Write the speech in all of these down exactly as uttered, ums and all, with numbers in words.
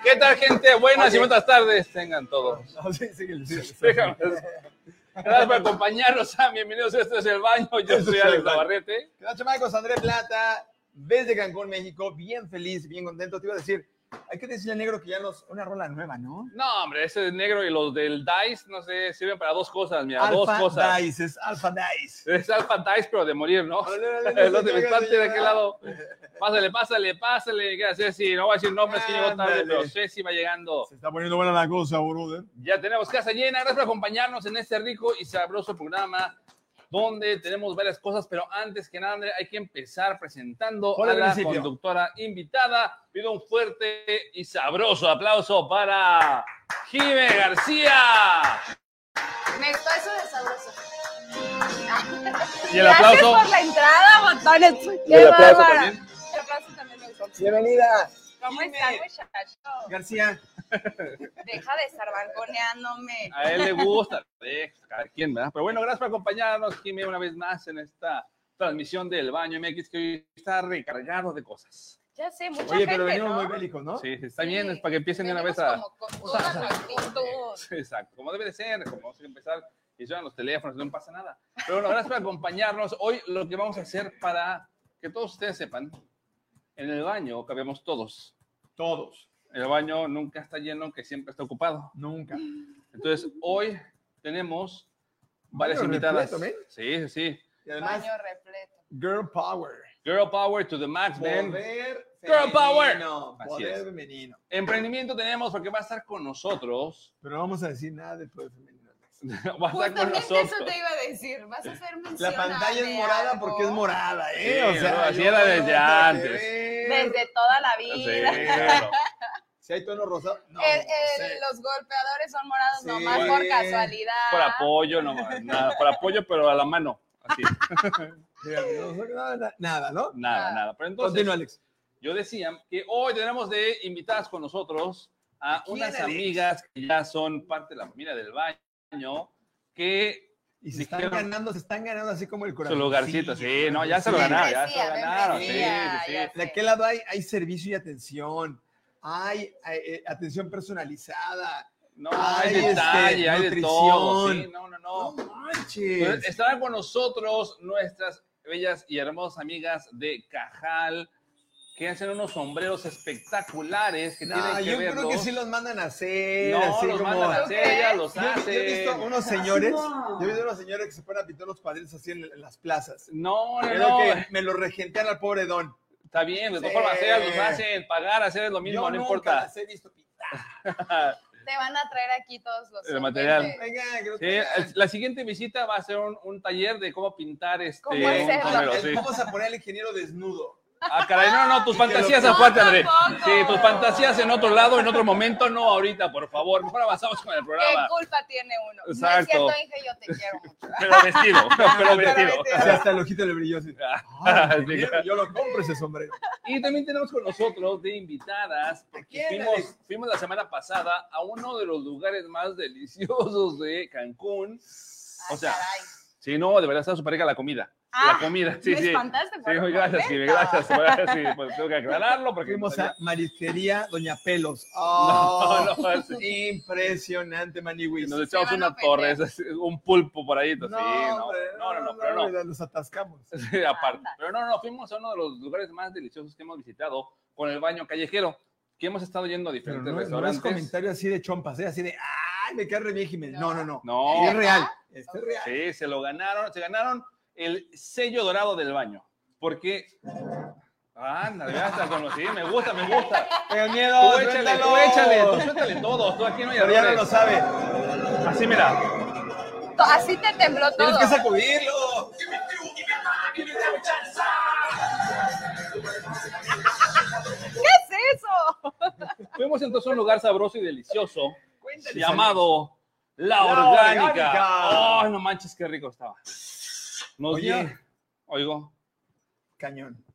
¿Qué tal, gente? Buenas Oye. y buenas tardes. Tengan todos. No, sí, sí, sí, sí. Déjame. Gracias por acompañarnos. Bienvenidos a Esto es el Baño. Yo soy Alex Navarrete. ¿Qué tal, chamacos? André Plata, desde Cancún, México. Bien feliz, bien contento. Te iba a decir, hay que decirle al negro que ya nos... Una rola nueva, ¿no? No, hombre, ese negro y los del Dice, no sé, sirven para dos cosas, mira, Alpha dos cosas. Dice, es Alpha Dice. Es Alpha Dice, pero de morir, ¿no? Los de mi parte de aquel lado. Pásale, pásale, pásale. ¿Qué haces? Sí, no voy a decir nombres que llegó tarde, pero Ceci va llegando. Se está poniendo buena la cosa, brother. Ya tenemos casa llena. Gracias por acompañarnos en este rico y sabroso programa donde tenemos varias cosas, pero antes que nada, André, hay que empezar presentando Hola, a la principio. conductora invitada. Pido un fuerte y sabroso aplauso para Jime García. Me gustó eso de sabroso. Y el aplauso. Gracias por la entrada, botones. Y el aplauso también. El aplauso también me gustó. Bienvenida. ¿Cómo Jime están, muchachos? García. Deja de estar balconeándome. A él le gusta, deja, cada quien, ¿verdad? Pero bueno, gracias por acompañarnos, Jimé, una vez más en esta transmisión del Baño M X, que hoy está recargado de cosas. Ya sé, mucha Oye, gente, pero venimos ¿no? muy bélicos, ¿no? Sí, está Sí. bien, es para que empiecen de una vez Venimos a... como con toda la actitud. Exacto, como debe de ser, como vamos a empezar y suenan los teléfonos, no pasa nada. Pero bueno, gracias por acompañarnos. Hoy lo que vamos a hacer para que todos ustedes sepan, en el baño cabemos todos. Todos. El baño nunca está lleno, que siempre está ocupado. Nunca. Entonces, hoy tenemos varias Baño invitadas. repleto, ¿eh? Sí, sí, sí. Y además, Baño repleto. girl power. Girl Power to the max, man. Poder Girl power. femenino. Así Poder es. femenino. Emprendimiento tenemos porque va a estar con nosotros. Pero no vamos a decir nada de poder femenino. Va a estar con Justamente nosotros. eso te iba a decir. Vas a hacer mención La pantalla de es morada algo. porque es morada, ¿eh? Sí, o sea, no, así yo era desde no te antes. creo. Desde toda la Sí, vida. pero- Si hay tono rosado. No, El- no el- sé. Los golpeadores son morados Sí. nomás por casualidad. por apoyo, no, nada, por apoyo, pero a la mano. Así. Fíjate, no, nada, nada, ¿no? Nada, nada. Pero entonces, Continúa, Alex. yo decía que hoy tenemos de invitadas con nosotros a ¿Quién, unas Alex? amigas que ya son parte de la familia del baño, que Y se están dijeron ganando, se están ganando así como el su corazón. lugarcito. Sí, no, ya se lo Sí. ganaron, ya se lo Membresía, ganaron. Sí, membresía, sí, ya sí. De aquel lado hay, hay servicio y atención. Hay, hay, eh, atención personalizada. No, hay Hay, detalle, este, hay de nutrición. todo. Sí, no, no, no. No manches. Entonces, estarán con nosotros nuestras bellas y hermosas amigas de Cajal, que hacen unos sombreros espectaculares que No, tienen que yo verlos. creo que sí los mandan a hacer. No, así los como... mandan a ¿Tú hacer, crees? ellas los Yo, yo hacen. he visto unos señores, yo he visto unos señores que se ponen a pintar los cuadritos así en, en las plazas. No, no, Creo no. que me lo regentean al pobre don. Está bien, de todas Sí. formas, ellas los hacen, pagar, hacer es lo mismo, Yo no nunca importa. las he visto pintar. Te van a traer aquí todos los El material. sombreros. Venga, que no Sí, tengan. el- la siguiente visita va a ser un, un taller de cómo pintar este ¿Cómo un hacerlo? sombrero, El- sí. Vamos a poner al ingeniero desnudo. Ah, caray, no, no, tus Y que fantasías lo- aparte, No, André. tampoco. Sí, tus fantasías en otro lado, en otro momento, no ahorita, por favor. Mejor avanzamos con el ¿Qué programa. culpa tiene uno? No es Exacto. cierto, Inge, yo te quiero mucho. Pero vestido, pero vestido. Sí, hasta el ojito le brilló así. Ah, Ay, sí, mira, claro. yo lo compro ese sombrero. Y también tenemos con nosotros de invitadas, porque quién, fuimos, Alex? fuimos la semana pasada a uno de los lugares más deliciosos de Cancún. O Ah, sea, caray. sí, no, de verdad está súper rica la comida. Ah, la comida, sí, me sí. espantaste por Sí, muy un gracias, Jimmy, momento. gracias. Sí, pues tengo que aclararlo porque... Fuimos a Marisquería Doña Pelos. No, Oh, no, sí. Impresionante, Maniwis. Nos Se echamos van a una torre, ofender. es un pulpo por ahí. No, sí, no, hombre, no, no, no, pero no. Nos atascamos. Sí, aparte. Anda. Pero no, no, fuimos a uno de los lugares más deliciosos que hemos visitado con el baño callejero, que hemos estado yendo a Pero diferentes no, no es restaurantes. comentario así de chompas, ¿eh? Así de, ay, me cae re bien Jiménez. No, no, no. No, Es real. Este es real. sí, se lo ganaron, se ganaron el sello dorado del baño, porque... Anda, ya está conocido, me gusta, me gusta. Tengan miedo, Tú échale, tú échale, tú suéltale todo, tú aquí no hay Pero ya no errores. lo sabe. Así, mira. Así te tembló todo. Tienes que sacudirlo. ¿Qué es eso? Fuimos entonces a un lugar sabroso y delicioso Cuéntale, llamado La La Orgánica. Orgánica. Ay, no manches, qué rico estaba. Nos Oye. dio- Oigo. Cañón.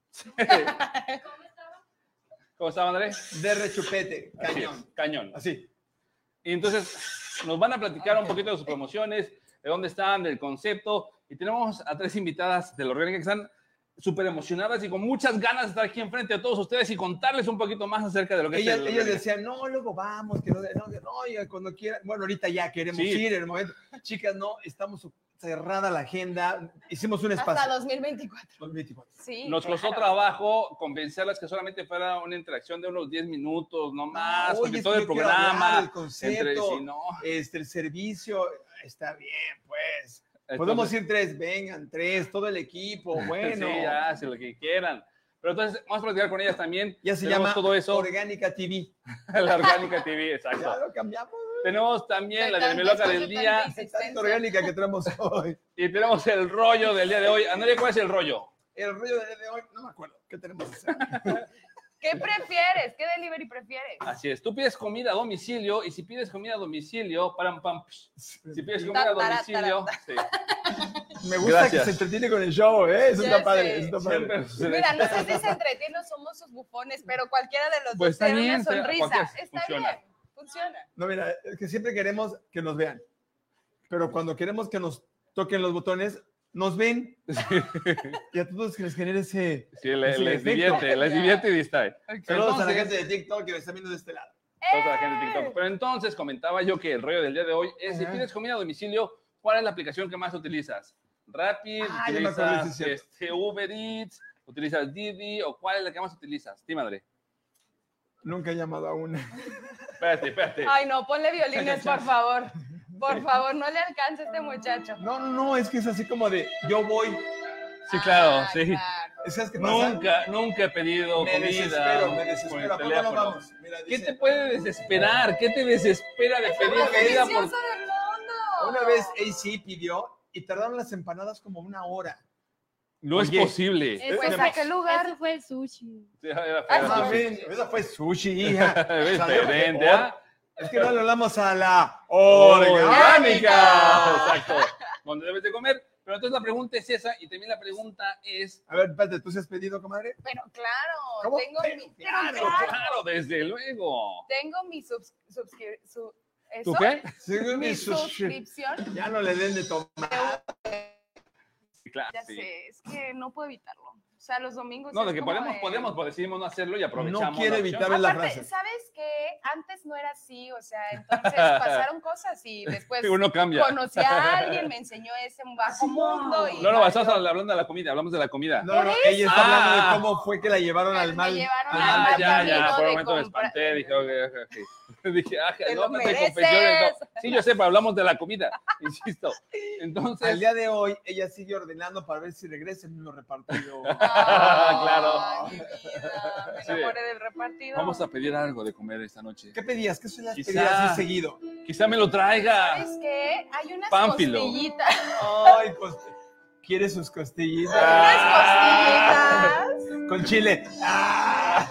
¿Cómo estaba, Andrés? De rechupete. Así Cañón. es, cañón. Así. Y entonces nos van a platicar un poquito de sus promociones, de dónde están, del concepto. Y tenemos a tres invitadas de La Orgánica que están súper emocionadas y con muchas ganas de estar aquí enfrente de todos ustedes y contarles un poquito más acerca de lo que Ellas, es el... ellas decían, no, luego vamos, que no, no, no, oiga, cuando quieran. Bueno, ahorita ya queremos Sí. ir en el momento. Chicas, no, estamos cerrada la agenda. Hicimos un espacio. Hasta dos mil veinticuatro. dos mil veinticuatro. Sí, Nos costó claro. trabajo convencerlas que solamente fuera una interacción de unos diez minutos, no más, Oye, porque es todo que el yo quiero hablar programa, del entre concepto, sí, no. este, el servicio, está bien, pues. Entonces, Podemos ir tres, vengan, tres, todo el equipo, bueno. Sí, ya, si lo que quieran. Pero entonces, vamos a platicar con ellas también. Ya se Tenemos llama todo eso, Orgánica T V. la Orgánica T V, Ya exacto. lo cambiamos. Tenemos también De la tantas Dermiloca cosas, del tanta día insistencia. Tanta orgánica que tenemos hoy. y tenemos el rollo del día de hoy. Andrea, ¿cuál es el rollo? El rollo de hoy, no me acuerdo. ¿Qué tenemos que hacer? ¿Qué prefieres? ¿Qué delivery prefieres? Así es, tú pides comida a domicilio y si pides comida a domicilio, param, pam, psh, si pides comida a Ta, tara, domicilio, sí, Me gusta Gracias. que se entretiene con el show, ¿eh? Eso Ya está padre, sé. eso está padre. siempre sucede. Mira, no sé si se entretiene o somos sus bufones, pero cualquiera de los Pues dos está tiene bien, una está- sonrisa. cualquiera Está funciona. bien, funciona. No, mira, es que siempre queremos que nos vean. Pero cuando queremos que nos toquen los botones, nos ven. Y a todos que les genere ese... Sí, le- ese les efecto. divierte, les divierte y distrae. Saludos a la Entonces- gente de TikTok que me está viendo de este lado. Toda la gente de TikTok. Pero entonces comentaba yo que el rollo del día de hoy es si Ajá. pides comida a domicilio, ¿cuál es la aplicación que más utilizas? Rapid, Ah, ya me acuerdo, sí, utilizas es cierto. este, Uber Eats, utilizas Didi o cuál es la que más utilizas? Sí, madre. Nunca he llamado a una. Espérate, espérate. Ay, no, ponle violines, por favor. Por favor, no le alcance a este muchacho. No, no, no, es que es así como de yo voy. Sí, claro, Ah, sí. claro. ¿Sabes qué pasa? Nunca, nunca he pedido Me comida desespero, me por desespero. el ¿A poco no teléfono. vamos? Mira, ¿Qué dice, te puede desesperar? ¿Qué te desespera de Es lo pedir más comida por... delicioso del mundo. Una vez A C pidió y tardaron las empanadas como una hora. No es Oye, posible. Eh, Pues, Además- ¿a qué lugar? Eso fue el sushi. Sí, era- era- Ah, era- Ah, ven, esa fue sushi, hija. Es Salió diferente, mejor. ¿ah? Es que no le hablamos a la Orgánica. Orgánica. Exacto. Donde debes de comer. Pero entonces la pregunta es esa y también la pregunta es... A ver, espérate, ¿tú se has pedido, comadre? Pero claro, ¿Cómo? tengo Pero mi, claro, pero claro, Claro, desde luego. tengo mi subs, subscri- su- ¿Tú ¿eso? qué? Sí, Mi mi sushi. suscripción. Ya no le den de tomar. Sí, claro, Ya sí. sé, es que no puedo evitarlo. O sea, los domingos. No, es de que como podemos, de- podemos, pues decidimos no hacerlo y aprovechamos. No quiere la opción. evitar ver la Aparte, frase. ¿sabes qué? Antes no era así, o sea, entonces pasaron cosas y después Sí, uno cambia. conocí a alguien, me enseñó ese bajo mundo. Y No, no, valió. estamos hablando de la comida, hablamos de la comida. No, no, Por ella está eso. hablando Ah. de cómo fue que la llevaron Me al mal. llevaron al al Ah, mal mal ya, camino ya, por de un momento me compra- espanté, dije, ok, ok, ok. Dije, ah, Te no, lo no te mereces. confesiones, no. Sí, yo sé, pero hablamos de la comida, insisto. Entonces, Al día de hoy, ella sigue ordenando para ver si regresa el mismo repartido. Ay, Claro. mi vida, me Sí. enamoré del repartido. vamos a pedir algo de comer esta noche. ¿Qué pedías? ¿Qué suelas Quizá- pedir así seguido? Quizá me lo traiga. ¿Sabes qué? Hay unas Pánfilo. costillitas. Ay, coste... ¿Quieres sus costillitas? Ah. Unas costillitas. Con chile. Ah.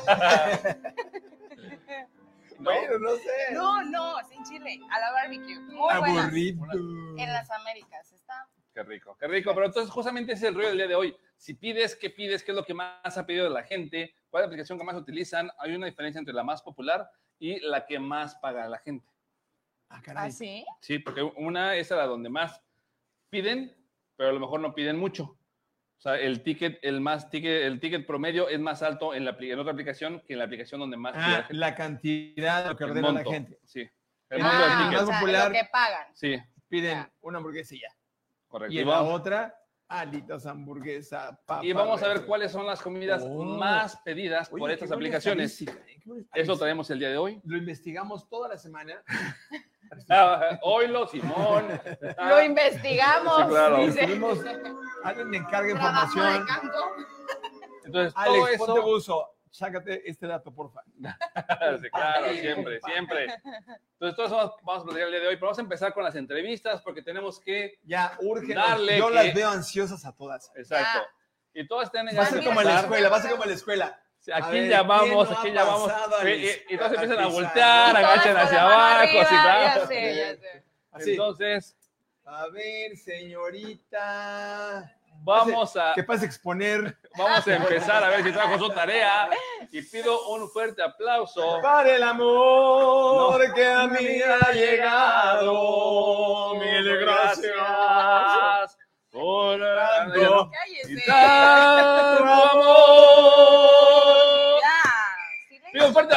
¿No? Bueno, no sé. No, no, sin chile, a la barbecue. Muy buenas. Aburrido. En las Américas está. Qué rico, qué rico. Pero entonces justamente ese es el rollo del día de hoy. Si pides, ¿qué pides? ¿Qué es lo que más ha pedido la gente? ¿Cuál es la aplicación que más utilizan? Hay una diferencia entre la más popular y la que más paga la gente. Ah, caray. ¿Ah, sí? Sí, porque una es a la donde más piden, pero a lo mejor no piden mucho. O sea, el ticket, el más ticket, el ticket promedio es más alto en, la, apli- en otra aplicación que en la aplicación donde más pide la Ah, gente. la cantidad de lo que El ordena la monto, gente. Sí. El Ah, monto del el ticket. o sea, popular. lo que pagan. Sí, Piden Ya. una hamburguesa y ya. correcto. Y Y en la vamos, otra, alitas, hamburguesa, papa. y vamos a ver refresco. cuáles son las comidas Oh. más pedidas Oye, por qué estas buena aplicaciones. estadística, ¿eh? Qué buena Eso estadística. traemos el día de hoy. Lo investigamos toda la semana. Ah, Oilo, Simón. Lo Ah, investigamos. Sí, claro. dice. Estuvimos- alguien me encarga Trabajo información. de campo. Entonces, todo Alex, ponte eso. buzo. Sácate este dato, porfa. Sí, claro, siempre, siempre. Entonces, todo eso vamos- vamos a platicar el día de hoy. Pero vamos a empezar con las entrevistas porque tenemos que. Ya, urge. Darle Yo que- las veo ansiosas a todas. Exacto. Y todas tienen Va a ganas ser de como en la empezar. escuela, va a ser como en la escuela. Sí, A Aquí ver, llamamos, ¿quién no aquí ha llamamos. pasado a Y, la- y- y todos a empiezan a pisar? voltear, Todas agachan con la hacia mano abajo, arriba, así, claro. Ya sé, ya sé. Así. Entonces, A ver, señorita. vamos a, ¿Qué pasa exponer? vamos a empezar a ver si trajo su tarea. Y pido un fuerte aplauso. Para el amor No. que a mí ha llegado. Mil gracias. Por Tanto. Y Cállese. tanto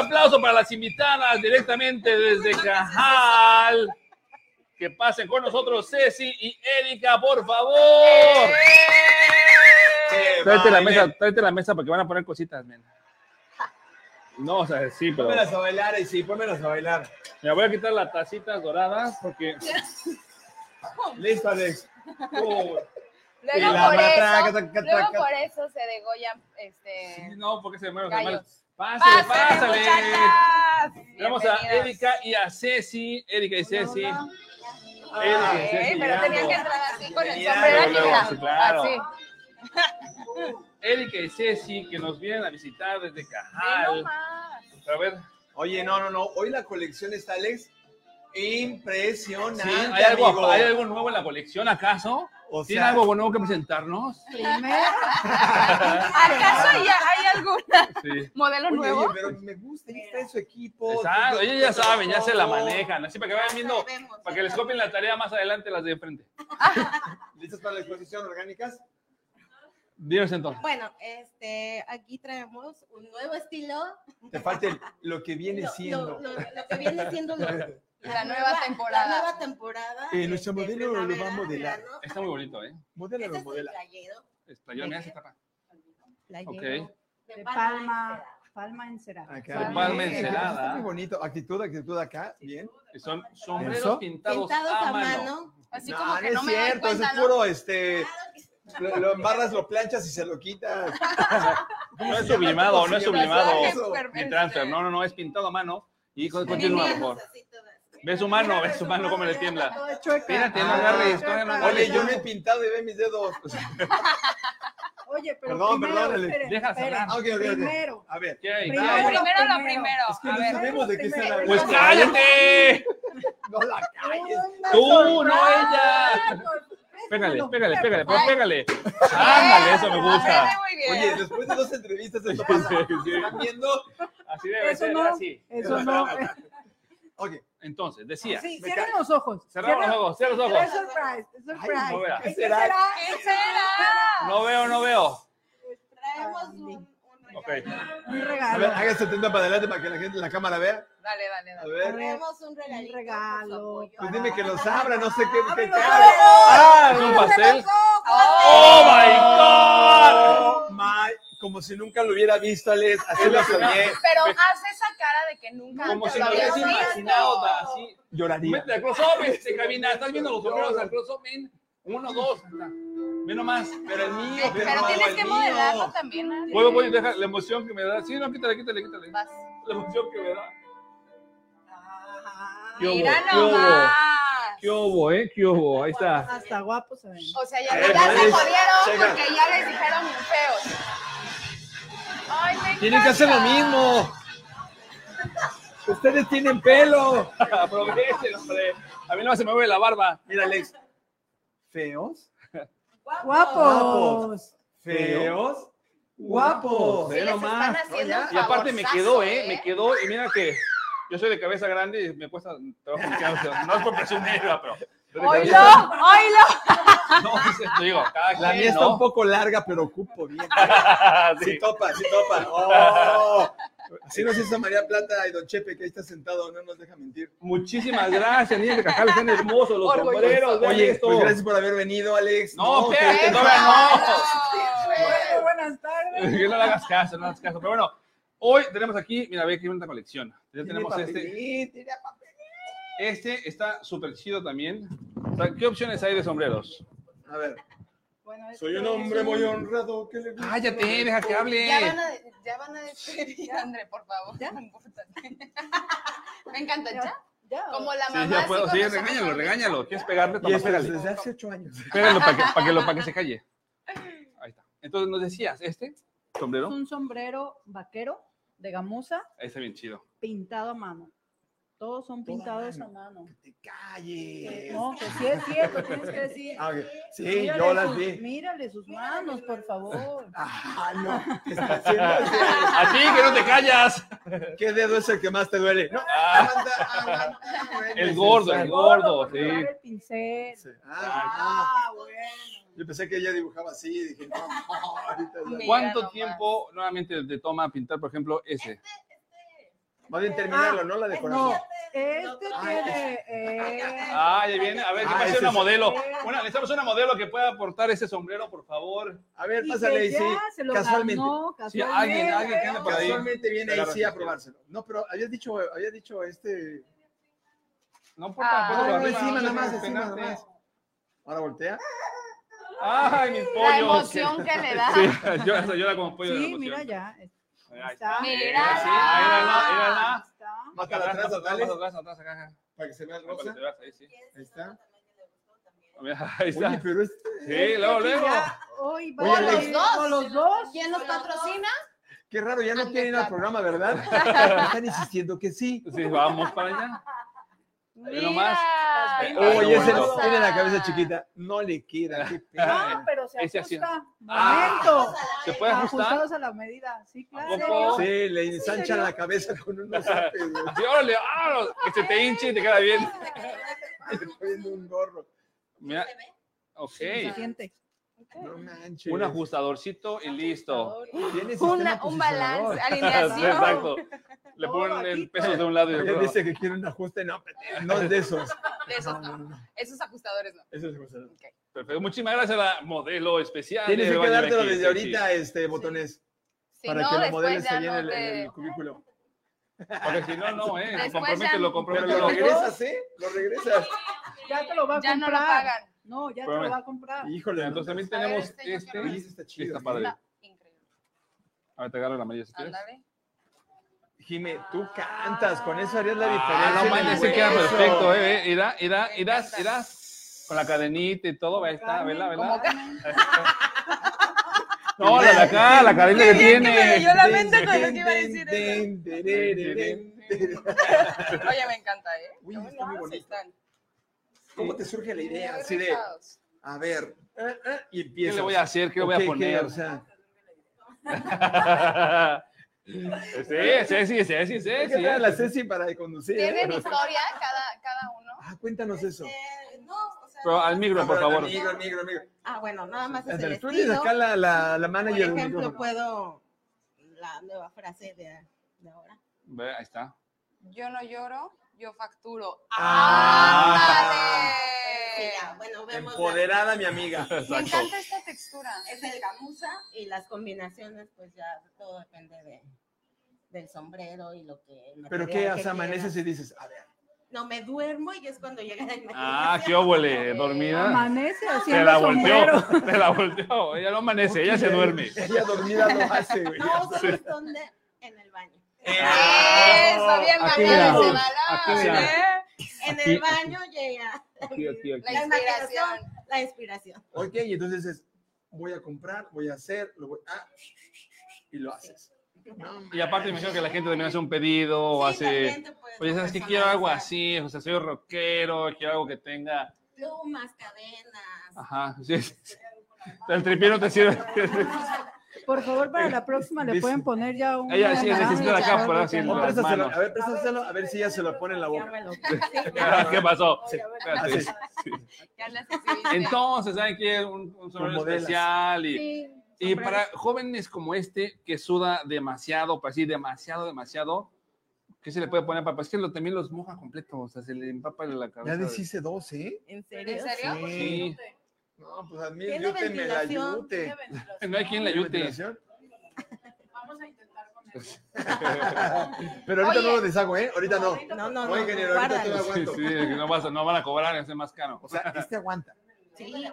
aplauso para las invitadas directamente desde Cajal. Que pasen con nosotros Ceci y Erika, por favor. ¡Eh! Tráete la Baile. mesa, tráete la mesa porque van a poner cositas, men. No, o sea, sí, pero... Pónmelas a bailar, y sí, pónmelas a bailar. Me voy a quitar las tacitas doradas porque... Listo, Alex. Uh, Luego, Y la por matraca, eso, taca, luego taca. por eso se degollan este, Sí, no, porque se mueren los animales. gallos. Pásale, ¡Pásale, pásale. muchachas! Tenemos a Bienvenidas. Erika y a Ceci. Erika y Ceci. Ah, Erika y eh, Ceci pero tenían que llegando. entrar así con el Venía, sombrero aquí, luego, mira. sí, claro. Así. Erika y Ceci que nos vienen a visitar desde Ve Cajal. nomás. A ver, Oye, no, no, no. Hoy la colección está, Alex, impresionante, ¿sí? ¿Hay, algo, amigo. ¿hay algo nuevo en la colección acaso? O ¿Tiene sea, algo nuevo que presentarnos? ¿Acaso ya hay alguna Sí. modelo oye, nuevo? oye, pero me gusta, ahí está en su equipo. Exacto, ellos ya saben, ya se la todo. manejan. Así para que vayan viendo, para que les copien la tarea más adelante las de enfrente. ¿Listos para la exposición orgánicas? Dinos entonces. Bueno, este, aquí traemos un nuevo estilo. Te falta el- lo que viene Lo- siendo. Lo, lo- lo que viene siendo lo- La nueva temporada. La nueva temporada. Eh, nuestro de modelo lo va a primavera, modelar. verano. Está muy bonito, ¿eh? Modela, Este es el modela. playero. Está, yo, mira esa tapa. Playero Ok. de De palma, palma encerada. Acá. De palma Bien, encerada. Está muy bonito. Actitud, actitud acá. Bien. Y son sombreros ¿Eso? pintados, Pintados a a mano. mano. Así No, como que no no es me doy cierto, eso cuenta, es ¿no? puro, este, lo, lo embarras, lo planchas y se lo quitas. No es sublimado, no es sublimado. Eso. Ni transfer, no, no, no, es pintado a mano. Y con- continúa, por favor. Así todas. Ve su mano, ve su mano cómo le tiembla. Toda chueca. Espérate, no Ah, agarres, todavía no agarres. Oye, yo me he pintado y ve mis dedos. Oye, pero Perdón, primero, perdónale. esperen, Déjala esperen. hablar. Ah, ok, ok, ok. Primero. A ver. ¿Qué hay? ¿Qué Primero, hay? Primero lo primero. primero. Es que A no ver. sabemos de qué están Primero. Pues hablando. cállate. No la calles. Tú, no ella. Pégale, pégale, pégale, pero pégale. Ándale, eso me gusta. Aprende muy bien. Oye, después de dos entrevistas esto pasa. ¿Están viendo? Así debe Eso ser, no. así. Eso no. Ok. Entonces, decía. Sí, Me cierren ca- los ojos. Cerramos los ojos, cierra los Es ojos. surprise, es surprise. no vea. ¿Qué ¿Qué será? será? ¿Qué será? No veo, no veo. Traemos un, un Ok. regalo. Un A ver, regalo. hágase atento para adelante para que la gente en la cámara vea. Dale, dale, A dale. ver. Traemos un regalito. Un regalo. por su apoyo. Pues dime que los abra, no sé qué. qué ¡Ábrelo, qué- ábrelo! Ah, es un pastel. ¡Oh! ¡Oh, my God! Oh, my. Como si nunca lo hubiera visto, Alex. Así lo soñé. Pero haz esa cara de que nunca Como antes si lo lo habías hubieras visto. imaginado, da, así. Lloraría. Mete al close-up, este, cabina. ¿Estás viendo los sombreros al close-up, men? Uno, dos. Ve nomás. Pero el mío, Pero, pero, tienes el que mío. modelarlo también. ¿eh? Puedo, voy, deja la emoción que me da. Sí, no, quítale, quítale, quítale. Vas. La emoción que me da. Ah, ¿Qué hubo? Mira ¿Qué hubo? nomás. ¿Qué hubo, eh? ¿Qué hubo? Ahí está. Hasta guapos se ven. O sea, ya, Eh, ya se Alex, jodieron checa. porque ya les dijeron feos. Ay, me Tienen que hacer lo encanta. mismo. Ustedes tienen pelo. Aprovechen, hombre. A mí no se me mueve la barba. Mira, Alex. Feos. Guapos. Feos. Guapos. Sí, Ve les nomás. están haciendo ¿no? un Y aparte me favorzazo, quedó, ¿eh? ¿eh? Me quedó. Y mira que yo soy de cabeza grande y me cuesta trabajo. No es por presumir, pero. ¡Oilo! ¡Oilo! No, te digo, cada La quien, mía está ¿no? un poco larga, pero ocupo bien. Sí Sí. topa, sí topa. Oh. Así nos hizo María Plata y Don Chepe, que ahí está sentado, no nos deja mentir. Muchísimas gracias, niños de Cajal, están hermosos los Orgulloso. sombreros. vean Oye, esto. pues gracias por haber venido, Alex. No, espérate, ¡Qué todavía Bueno, buenas tardes. no. Que no le hagas caso, no le hagas caso. Pero bueno, hoy tenemos aquí, mira, ve que hay una colección. Ya Tiene tenemos este. papelito, tiene papel. Este está súper chido también. O sea, ¿qué opciones hay de sombreros? A ver, Bueno, este soy un es hombre muy honrado. que le gusta Cállate, lo deja que mejor. hable. Ya van a, ya van a despedir a André, por favor. ¿Ya? No importa. Me encanta, ¿ya? Ya. Como la Sí, mamá. ya puedo. así Sí, con los regáñalo, ojos regáñalo. ¿Quieres pegarle? Y Toma, esto pégale. es desde hace ocho años. Pégalo para que, para que, lo, para que se calle. Ahí está. Entonces nos decías, ¿este Es sombrero? un sombrero vaquero de gamuza Ahí está bien chido. pintado a mano. Todos son Toda pintados mano. a mano. Te calles. No, que sí es cierto, tienes que decir. Ah, ok. Sí, Mírale yo las sus- vi. Mírale sus manos, por favor. Ah, no. ¿Qué está haciendo así? A ti que no te callas. ¿Qué dedo es el que más te duele? No, Ah, aguanta, aguanta, no es el gordo, el necesario. gordo, por sí. llevar el pincel. Sí. Ah, Ah, bueno. yo pensé que ella dibujaba así y dije, no, ahorita ya. Mira ¿Cuánto nomás. tiempo nuevamente te toma pintar, por ejemplo, ese? Más bien terminarlo, ¿no? La No, decoración. este tiene. eh, Ah, ya viene. A ver, ¿qué Ah, pasa? ese Una es- modelo. Una, necesitamos una modelo que pueda portar ese sombrero, por favor. A ver, y pásale, que sí. ya se lo Casualmente. ganó, Sí, casualmente. alguien, alguien que ande por ahí. Casualmente viene ahí Agarra sí a si probárselo. No, pero habías dicho, habías dicho este. No importa, Ah, ponlo no, arriba, encima no nada más, seas encima penante. nada más. Ahora voltea. Ay, mis La pollos. emoción que le da. Sí, yo hasta llora como pollo de la Sí, emoción. mira ya. Ahí Está. está. Mírala. Sí, ahí, mírala, mírala. Está. Más Acá para atrás, atrás, atrás, dale, atrás, atrás, acá, acá. para que se vea el Para que rosa. te veas ahí, sí. Ahí está. Mira, ahí está. Oye, pero este. Sí, luego, luego. Ya, hoy va Oye, a Alex. ir con los dos. ¿Quién nos patrocina? Qué raro, ya no Ante quieren ir al plata. programa, ¿verdad? Me están insistiendo que sí. Sí, vamos para allá. Ve nomás. Mira. Oye, Oye, ese hermosa. tiene la cabeza chiquita. No le queda. Qué No, pena. pero se Ese así. ajusta. Ah, Momento. ¿Se puede ajustar? Ajustados a la medida. Sí, ¿A claro. poco? Sí, le ensanchan serio? la cabeza con unos zapes, güey. Sí, órale, ah, que se te hinche y te queda bien. Estoy poniendo un gorro. Mira, ok. Se siente. No manches. Un ajustadorcito y listo. Tiene sistema Una, un balance, posicionador. Sí, alineación. exacto. Le Oh, ponen aquí el está. peso de un lado y del Ella otro. dice que quiere un ajuste, no, espérate, no es de esos. De esos No, no. no, no. Esos ajustadores no. Eso es ajustador. Perfecto. Muchísimas gracias a la modelo especial. Tienes de que Baño dártelo X, desde sí. ahorita, este, botones, Si para no, que lo después modeles ya ahí en no el, en te- el cubículo. Porque si no, no, eh. Después Compromételo, ya- Pero lo compromételo. regresas, ¿eh? Lo regresas. Ya te lo va a Ya no lo comprar. pagan. No, ya te Espérame. lo va a comprar. Híjole. Entonces también A ver, tenemos este yo este. quiero Oye, ese está chido. Está padre. Está increíble. A ver, te agarro la amarilla si quieres. Ándale. Jime, tú cantas, con eso harías la Ah, diferencia. no en manches, el sí queda hueso. perfecto, eh. Irá, irá, Me irás, encanta. irás. Con la cadenita y todo, ahí está, vela, Como vela. que- No, la de acá, la cadena que Qué bien que me tiene. leyó la mente con lo que iba a Den, decir. den, den, den, den, den. Oye, me encanta, ¿eh? Uy, Qué está muy bonitos bonito. están. ¿Cómo te surge la idea? Muy Así de, rizados. a ver, eh, eh, y ¿Qué empiezas. le voy a hacer? ¿Qué le voy Ok, a poner? o sea, Sí, sí, sí, sí, sí, sí. ¿qué sí. tal la Ceci para conducir? eh? ¿Tienen historia cada, cada uno? Ah, cuéntanos eso. Eh, no, o sea, Pero al micro, Ah, por pero favor. Amigo, amigo, amigo. ah, bueno, nada más es el Ándale, tú eres estilo. acá la, la, la Por manager del ejemplo, micrófono. puedo la nueva frase de, de ahora. Ve, ahí está. Yo no lloro, yo facturo. Ah. Sí, ¡Ándale! ya, bueno, vemos. Empoderada, mi amiga. Me Exacto. encanta esta textura. Es el gamuza y las combinaciones, pues ya todo depende de, del sombrero y lo que. el Pero material qué, o que sea, amaneces quieras. y dices, a ver. No, me duermo y es cuando llega la imaginación. Ah, qué óvole, dormida. Amanece Se haciendo la volteó, sombrero. se la volteó. Ella no amanece, ella se Ok, duerme. Ella dormida lo hace, güey. No, ¿sabes dónde? En el baño. Eso, bien Aquí, mañana mira. se va Aquí, la, mira. ¿eh? En Aquí, el baño llega Aquí, aquí, aquí. La inspiración. la inspiración. Ok, y entonces es, voy a comprar, voy a hacer, lo voy ah, y lo haces. No, Y aparte, me imagino que la gente también hace un pedido o Sí, hace. también te puedes Oye, ¿sabes qué? Quiero algo personalizar. así, o sea, soy rockero, quiero algo que tenga. Plumas, cadenas. Ajá, sí. sí. El tripié no te sirve. Por favor, para la próxima le Dice- pueden poner ya un. Ella sí necesita la capa, ¿verdad? Sí, No, las préstaselo, manos. a ver, préstaselo, a ver si ella se lo pone en la Ya boca. me lo Ah, ¿Qué pasó? Sí. Espérate. Así. Ya las exhibiste. Entonces, ¿saben qué? Un, un sombrero modelas. especial y, Sí, y sombreros. para jóvenes como este que suda demasiado, para decir demasiado, demasiado, ¿qué se le puede poner? Para es que lo, también los moja completo, o sea, se le empapa la cabeza. Ya deshice dos, ¿eh? ¿En serio? ¿En serio? Sí. No, pues a mí Tiene el yute me la ventilación, yute. No hay quien le ayude. ¿Ventilación? Vamos a intentar con eso. Pero ahorita Oye. no lo deshago, ¿eh? Ahorita no. No, no, No, no. ingeniero, ahorita guárdalo. te Sí, aguanto. sí, que no, vas a- no van a cobrar, es más caro. O sea, este aguanta. Sí,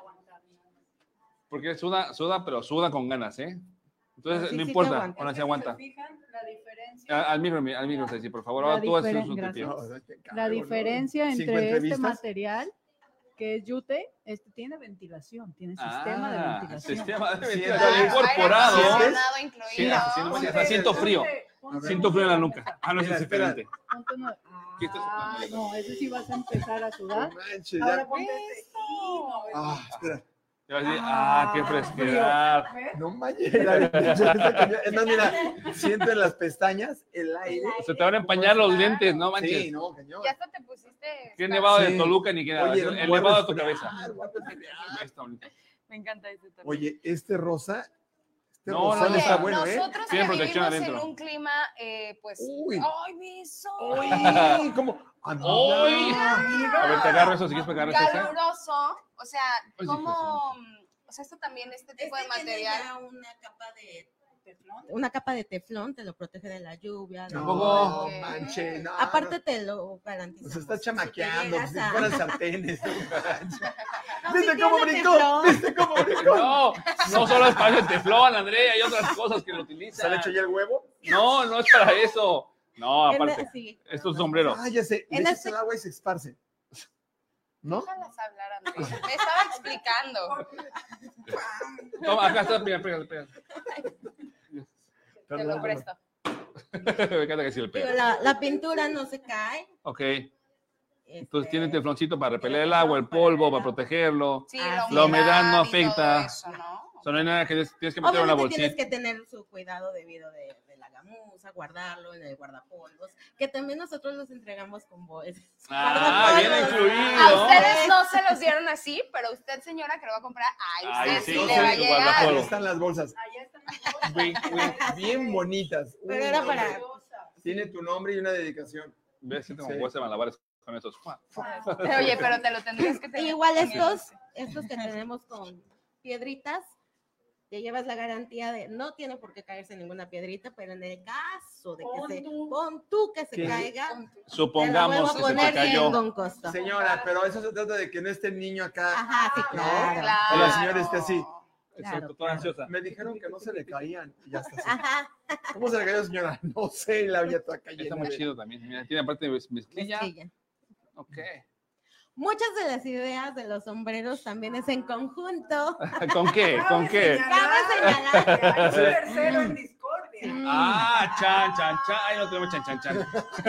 Porque suda, suda, pero suda con ganas, ¿eh? Entonces, Sí, no sí te importa, aguanta. ahora se aguanta. ¿Se fijan la diferencia? A- Al micro, al micro, Ceci, por favor. La Ahora tú haces diferen- su gracias. tripié. No, o sea, te La cago, ¿no? diferencia Cinco entre este entrevistas. material, que es yute, este tiene ventilación, tiene sistema de Ah, ventilación. sistema de Sí, ventilación aire incorporado. acondicionado Sí, incluido. sí, no manches, hasta siento frío. Ponte- Siento frío en la nuca. Ah, no, eso Mira, es espera. diferente. ponte uno- ¿Qué estás Ah, haciendo? no, ese sí vas a empezar a sudar. No manches, Ahora ya. ponte este. Sí, no, Ah, espera. Y vas a decir, ah, qué fresquedad. ¿ves? No manches. la definición está cañón. Es más, mira, siento en las pestañas el aire. Se te van a empañar los lentes, no manches. Sí, no, cañón. Ya hasta te pusiste. Qué nevado de Sí. Toluca ni qué nada. Oye, el no nevado de tu puedo cabeza. respirar, voy a respirar. Ahí está bonito. Me encanta ese también. Oye, este rosa, Este No, rosón no, está no. bueno, ¿eh? nosotros Tiene que protección vivimos adentro. en un clima, eh, pues, Uy. ¡ay, beso! Uy, ¿cómo? ¡Uy! A ver, te agarro eso, si quieres pegar eso. Caluroso, o sea, Ay, sí, como, o sea, esto también, este tipo Este de tiene material. ya una capa de teflón, una capa de teflón, te lo protege de la lluvia. del Tampoco. fuego. No, manche, no. Aparte te lo garantiza. Nos está chamaqueando, si fueran sartenes. No, ¿Viste sí cómo tiene brincó? teflón. ¿Viste cómo brincó? No, no solo es para el teflón, Andrea, hay otras cosas que lo utilizan. ¿Se le echó ya el huevo? No, no es para eso. No, En- aparte, sí. es un sombrero. Ah, ya sé. Le En echas este- el agua y se esparce. ¿No? Déjalas hablar, Andrea. Me estaba explicando. Toma, acá está, pégale, pégale, pégale. Te lo Perdón, presto. Me encanta que sí le Digo, pega. la, la pintura no se cae. Ok, este, entonces tiene tefloncito para repeler el agua, el polvo, para protegerlo. Sí, Ah, la sí. humedad no y todo afecta. eso, ¿no? O sea, no hay nada que des- tienes que meter en una Obviamente tienes bolsita. que tener su cuidado debido de, de la gamuza, guardarlo en el guardapolvos, que también nosotros los entregamos con bolsas. Ah, bien A incluido. ustedes no se los dieron así, pero usted, señora, que lo va a comprar, ay, Ay, usted sí, sí, sí, le va a su llegar. guardapolvo. Ahí están las bolsas. Allá están las bolsas. Bien, bien, bien bonitas. Pero Uy, era no, para- hombre. Tiene tu nombre y una dedicación. ¿Ves? Sí, tengo Sí. bolsa de malabares con esos. Oye, pero te lo tendrías que tener. Igual también. estos, estos que tenemos con piedritas, te llevas la garantía de no tiene por qué caerse ninguna piedrita, pero en el caso de que Pon se tú. pon tú que se ¿Qué? caiga, te la vuelvo Supongamos a que se te poner bien cayó. con costo. Señora, pero eso se trata de que no esté el niño acá. Ajá, sí, No, claro. Claro. O la señora esté así. Exacto, toda claro. ansiosa. Me dijeron que no se le caían. Y ya está así. Ajá, ¿Cómo se le cayó, señora? No sé, la vida toda cayendo. Está muy chido también. Mira, tiene aparte de mezclilla. mezclilla. Ok. Muchas de las ideas de los sombreros también es en conjunto. ¿Con qué? ¿Con qué? Cabe señalar. Hay un tercero en discordia. Mm, Ah, chan, chan, chan. Ay, no tenemos chan, chan, chan.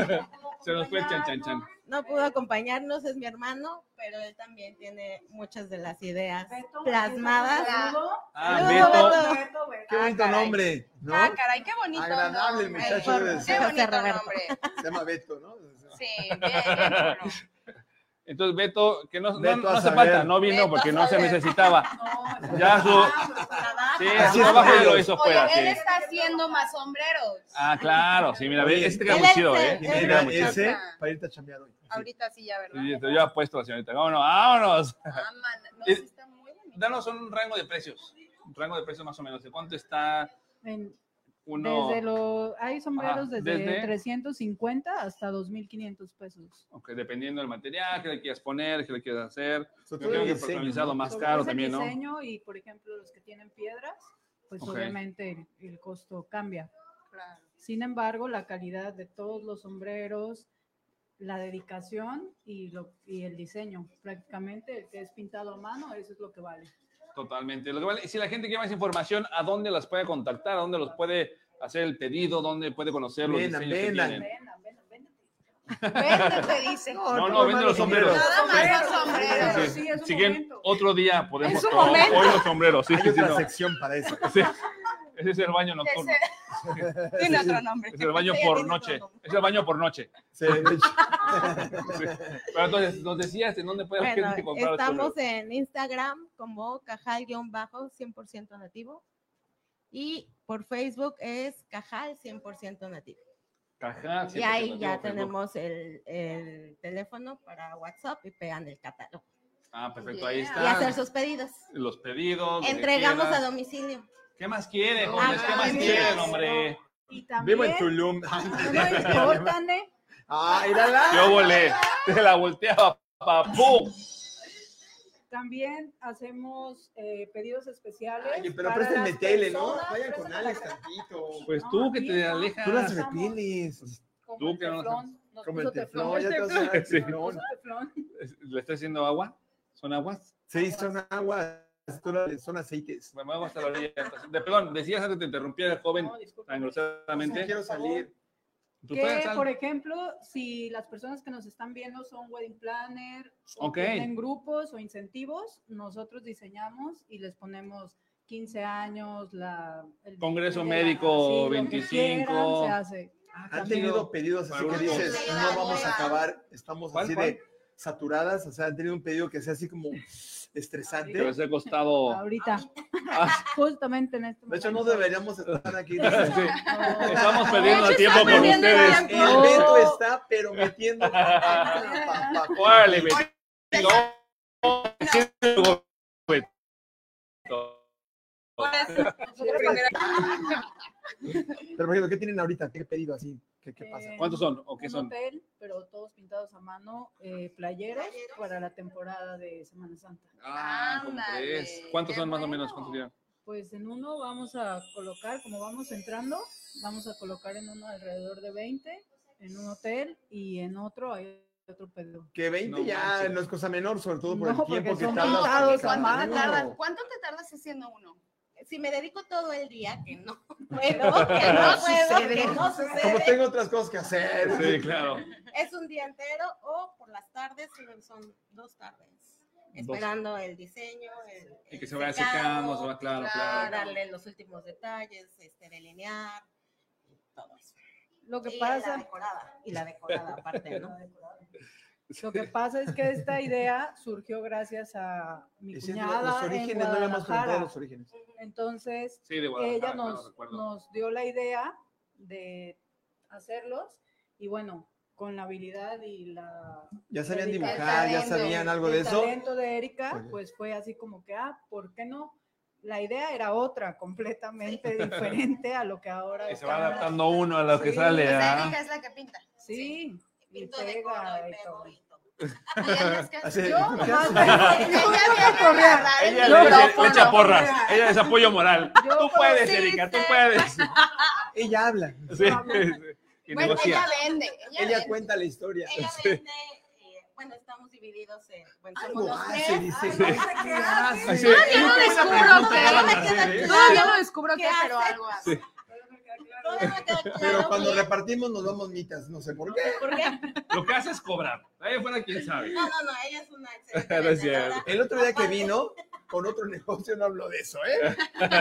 Se nos fue el chan, chan, chan. No pudo acompañarnos, es mi hermano, pero él también tiene muchas de las ideas Beto, plasmadas. Saludo. Ah, Saludos, Beto. Beto. Beto, Beto. Qué bonito caray. nombre, ¿no? Ah, caray, qué bonito. Agradable el nombre. muchacho debe Qué ser. bonito Roberto. nombre. Se llama Beto, ¿no? Sí, bien, bien chulo. Entonces, Beto, que no, no, Beto no a hace saber. falta, no vino Beto porque a no se saber. necesitaba. No, Ya su- Trabajo. Sí, Así su es, trabajo ya lo Dios. hizo Oye, fuera, él sí. está haciendo más sombreros. Ah, claro, sí, mira, ve, Oye, este queda él muy es chido, el- ¿eh? él Y Este mira, queda muy chido. ese chido. para irte a chambear hoy. Así. Ahorita sí, ya, ¿verdad? Sí, te yo apuesto a la señorita. Vámonos, vámonos. Ah, man, no, Eh, sí está muy bonito. Danos un rango de precios. Un rango de precios más o menos. ¿De cuánto está En- uno? Desde lo, hay sombreros Ajá, desde, desde- trescientos cincuenta hasta dos mil quinientos pesos. Ok, dependiendo del material, que le quieras poner, que le quieras hacer. Sobre Yo todo creo el que diseño, personalizado ¿no? más Sobre caro ese también, ¿no? diseño y, por ejemplo, los que tienen piedras, pues Ok. obviamente el, el costo cambia. Claro. Sin embargo, la calidad de todos los sombreros, la dedicación y, lo, y el diseño, prácticamente el que es pintado a mano, eso es lo que vale. Totalmente. Lo que vale- si la gente quiere más información, ¿a dónde las puede contactar? ¿A dónde los puede hacer el pedido? ¿Dónde puede conocer los Vendan, diseños que vendan. tienen? Vendan, vendan, vendan. Véndete, dice. No, no, vende los sombreros. Nada más los sombreros. Sí, Sí, es un si quieren, momento. otro día podemos Es un tomar momento. hoy los sombreros. Sí, Hay sí, sí, otra no. sección para eso. Sí. Ese es el baño nocturno. Ese- Tiene otro nombre. Es el baño Ese ya por tiene noche. otro nombre. Es el baño por noche. Sí, de hecho. Sí. Pero entonces, nos decías en dónde puede la Bueno, gente comprar los estamos sombreros. en Instagram como cajal-bajo cien por ciento nativo y por Facebook es cajal cien por ciento nativo. Caja, Y siempre ahí que nos ya digo Facebook. tenemos el, el teléfono para WhatsApp y pegan el catálogo. Ah, perfecto, ahí Yeah. está. Y hacer sus pedidos. Los pedidos. lo que Entregamos quieras. a domicilio. ¿Qué más quieren, No, jóvenes? ¿Qué ah, más mira. quieren, hombre? Y Vivo también, en Tulum. no importa, ¿eh? Ah, mírala. Yo volé. Te la volteaba, papú. También hacemos eh, pedidos especiales. Ay, pero para préstenme las tele, ¿no? personas, Vayan con préstenme Alex la- tantito. Pues No, tú que aquí te no. alejas. Tú las Estamos- repiles. Como Tú el que no- teflón, nos Como el puso teflón, ya te vas a dar Sí. teflón. Puso teflón. ¿Le está haciendo agua? ¿Son aguas? Sí, son aguas, son aceites. Me muevo hasta la orilla. Entonces, de, perdón, decías antes de interrumpir al joven No, disculpa. tan No groseramente. quiero salir. ¿Tú Que, puedes, Al? por ejemplo, si las personas que nos están viendo son wedding planner o Ok. tienen grupos o incentivos, nosotros diseñamos y les ponemos quince años, la, el Congreso de la- médico, sí, lo que veinticinco. quieran, se hace. Ah, Han qué tenido chido. pedidos así Para que gusto. dices, Sí, no vamos a sí. acabar, estamos ¿Cuál, así cuál? de saturadas, o sea, han tenido un pedido que sea así como, estresante. Te hubiese costado. Ahorita, Ah, justamente en este De hecho, no momento. deberíamos estar aquí. sí. No. Estamos perdiendo De el hecho, tiempo está con perdiendo el ustedes. tiempo. El Beto está, pero metiendo. Órale, Beto. Pero, por ejemplo, ¿qué tienen ahorita? ¿Qué pedido así? ¿Qué, qué pasa? Eh, ¿Cuántos son o qué un son? hotel, pero todos pintados a mano, eh, playeros para la temporada de Semana Santa. Ah, ¿cómo Ándale, crees? ¿Cuántos qué son más o bueno. menos? ¿Cuántos serían? Pues en uno vamos a colocar, como vamos entrando, vamos a colocar en uno alrededor de veinte, en un hotel, y en otro hay otro pedido. Que veinte No ya manches. no es cosa menor, sobre todo por No, el tiempo porque que son tardas. pintados en cada a ¿Cuánto mano. te, uno. tardas, ¿Cuánto te tardas haciendo uno? Si me dedico todo el día, que no puedo, que no puedo, sucede. que no Como sucede, tengo otras cosas que hacer. Sí, claro. es un día entero o por las tardes, son dos tardes, esperando el diseño, el, Y que el se vaya secado, secando, se va, claro, claro. darle los últimos detalles, este, delinear, todo eso. Lo que Y pasa... la decorada, y la decorada aparte, ¿no? Lo que pasa es que esta idea surgió gracias a mi Ese es lo- cuñada los en orígenes, no le hemos preguntado Guadalajara. los orígenes. Entonces, Sí, de Guadalajara, ella claro, nos, recuerdo. nos dio la idea de hacerlos y bueno, con la habilidad y la... Ya sabían dedicación dibujar, ya talento. sabían algo y de el eso. talento de Erika, Oye. pues fue así como que, ah, ¿por qué no? La idea era otra, completamente diferente a lo que ahora Y se va estamos- adaptando uno a lo que Sí, sale. O sea, ¿ah? Erika es la que pinta. Sí, y Pinto, decoro pega y y pego todo. y todo. Y ella es que Así, yo, ¿qué nomás haces? ella viene a agarrar el Ella le, dice- le micrófono. echa porras. Ella es apoyo moral. Yo Tú puedes, sí Erika, tú sé. puedes. Ella habla. Sí, sí. Y Bueno, negocia. ella vende. Ella, Ella vende. cuenta la historia. Ella vende, eh, bueno, estamos divididos en, bueno, somos Algo los hace, tres. dice. Ay, ¿Qué no sé qué hace. Así. Todavía no Qué buena descubro pregunta qué. acaban de hacer, ¿eh? Todavía no descubro ¿Qué qué, pero hace? algo hace. Sí. Todavía no me queda Pero claro cuando bien. repartimos nos damos mitas, no sé por qué. ¿Por qué? Lo que hace es cobrar. Ahí afuera, quién sabe. No, no, no, ella es una excelente No es vendedora. cierto. El otro día que Aparte, vino, con otro negocio no habló de eso, ¿eh?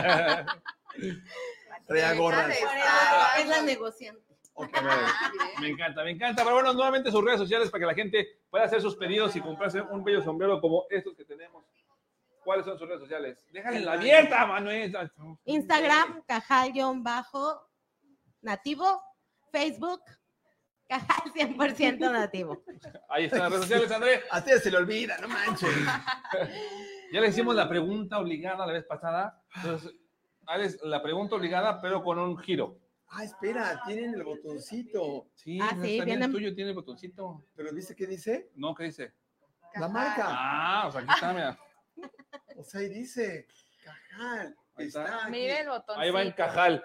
Traía Deja gorras. de por estar. eso, es la negociante. Ok. Ah, bien. Me encanta, me encanta. Pero bueno, nuevamente sus redes sociales para que la gente pueda hacer sus pedidos y comprarse un bello sombrero como estos que tenemos. ¿Cuáles son sus redes sociales? Déjale la abierta, Manuel. Instagram, cajal-nativo, Facebook, cajal cien por ciento nativo. Ahí están las redes sociales, André. A ti se le olvida, no manches. Ya le hicimos la pregunta obligada la vez pasada. Entonces, Alex, la pregunta obligada, pero con un giro. Ah, espera, tienen el botoncito. Sí, Ah, no sí, está bien, viene- el tuyo tiene el botoncito. ¿Pero viste qué dice? No, ¿qué dice? La marca. Ah, o sea, aquí está, mira. O sea, ahí dice Cajal. Ahí está. Está aquí. Mire el botón. Ahí va en Cajal.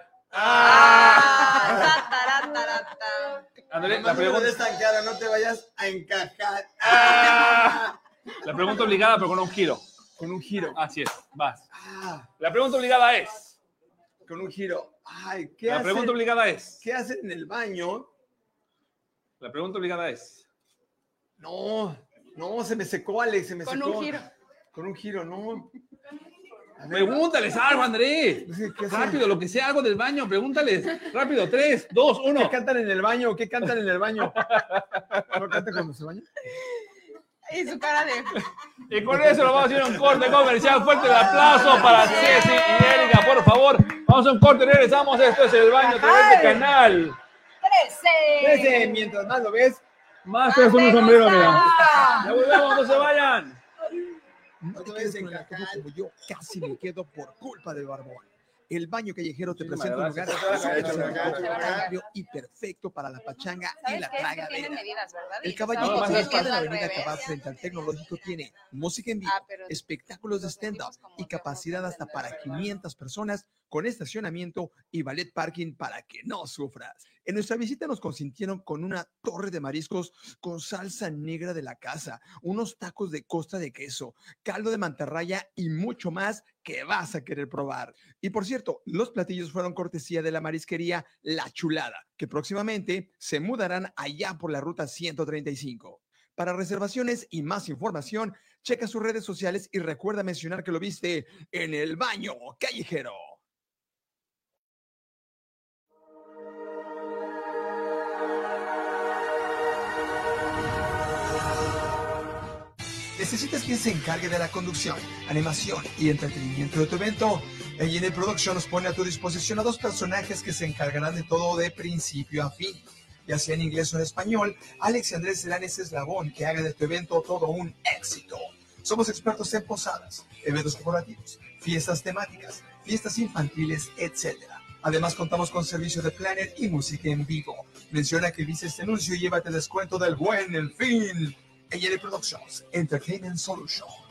Ah, ta, ta, ta, ta. André, Nomás la no me lo pregunta, des tan cara, no te vayas a encajar. Ah. la pregunta obligada, pero con un giro. Con un giro. Así es, vas. Ah, La pregunta obligada es. con un giro. Ay, ¿qué La hacen? pregunta obligada es. ¿Qué hacen en el baño? La pregunta obligada es. No, no, se me secó, Alex, se me Con secó. un giro. Con un giro, no. A ver, Pregúntales algo, André. no sé, ¿qué hacen? Rápido, lo que sea, algo del baño, pregúntales. Rápido, tres, dos, ¿Qué uno. cantan en el baño? ¿Qué cantan en el baño? ¿No cantan cuando se bañan? Y su cara de. Y con eso lo vamos a hacer un corte comercial. Fuerte el aplauso para Ceci y Erika, por favor. Vamos a un corte, regresamos. Esto es El Baño a través de Canal. ¡Trece! Fíjense, mientras más lo ves, Más te un sombrero, mira. gusta! Ya volvemos, no se vayan. no te vayas a encajar. Como yo casi me quedo por culpa del barbón. El baño callejero te Muchísimas presenta un lugar gracias. excelente y perfecto para la pachanga y ¿Sabes la qué? Es que tienen tragadera. medidas, ¿verdad? El Y caballito No, más que es queda en la al avenida revés. Cabaz frente al tecnológico tiene música en vivo, Ah, pero espectáculos de los stand-up sentimos como y que capacidad vamos a hasta entender, para ¿verdad? quinientas personas con estacionamiento y ballet parking para que no sufras. En nuestra visita nos consintieron con una torre de mariscos con salsa negra de la casa, unos tacos de costa de queso, caldo de mantarraya y mucho más que vas a querer probar. Y por cierto, los platillos fueron cortesía de la marisquería La Chulada, que próximamente se mudarán allá por la ruta ciento treinta y cinco. Para reservaciones y más información, checa sus redes sociales y recuerda mencionar que lo viste en El Baño Callejero. ¿Necesitas quien se encargue de la conducción, animación y entretenimiento de tu evento? A y ene Productions pone a tu disposición a dos personajes que se encargarán de todo de principio a fin. Ya sea en inglés o en español, Alex y Andrés serán ese eslabón que haga de tu evento todo un éxito. Somos expertos en posadas, eventos corporativos, fiestas temáticas, fiestas infantiles, etcétera. Además, contamos con servicio de planner y música en vivo. Menciona que viste este anuncio y llévate el descuento del buen el fin. A y ene Productions, Entertainment Solutions.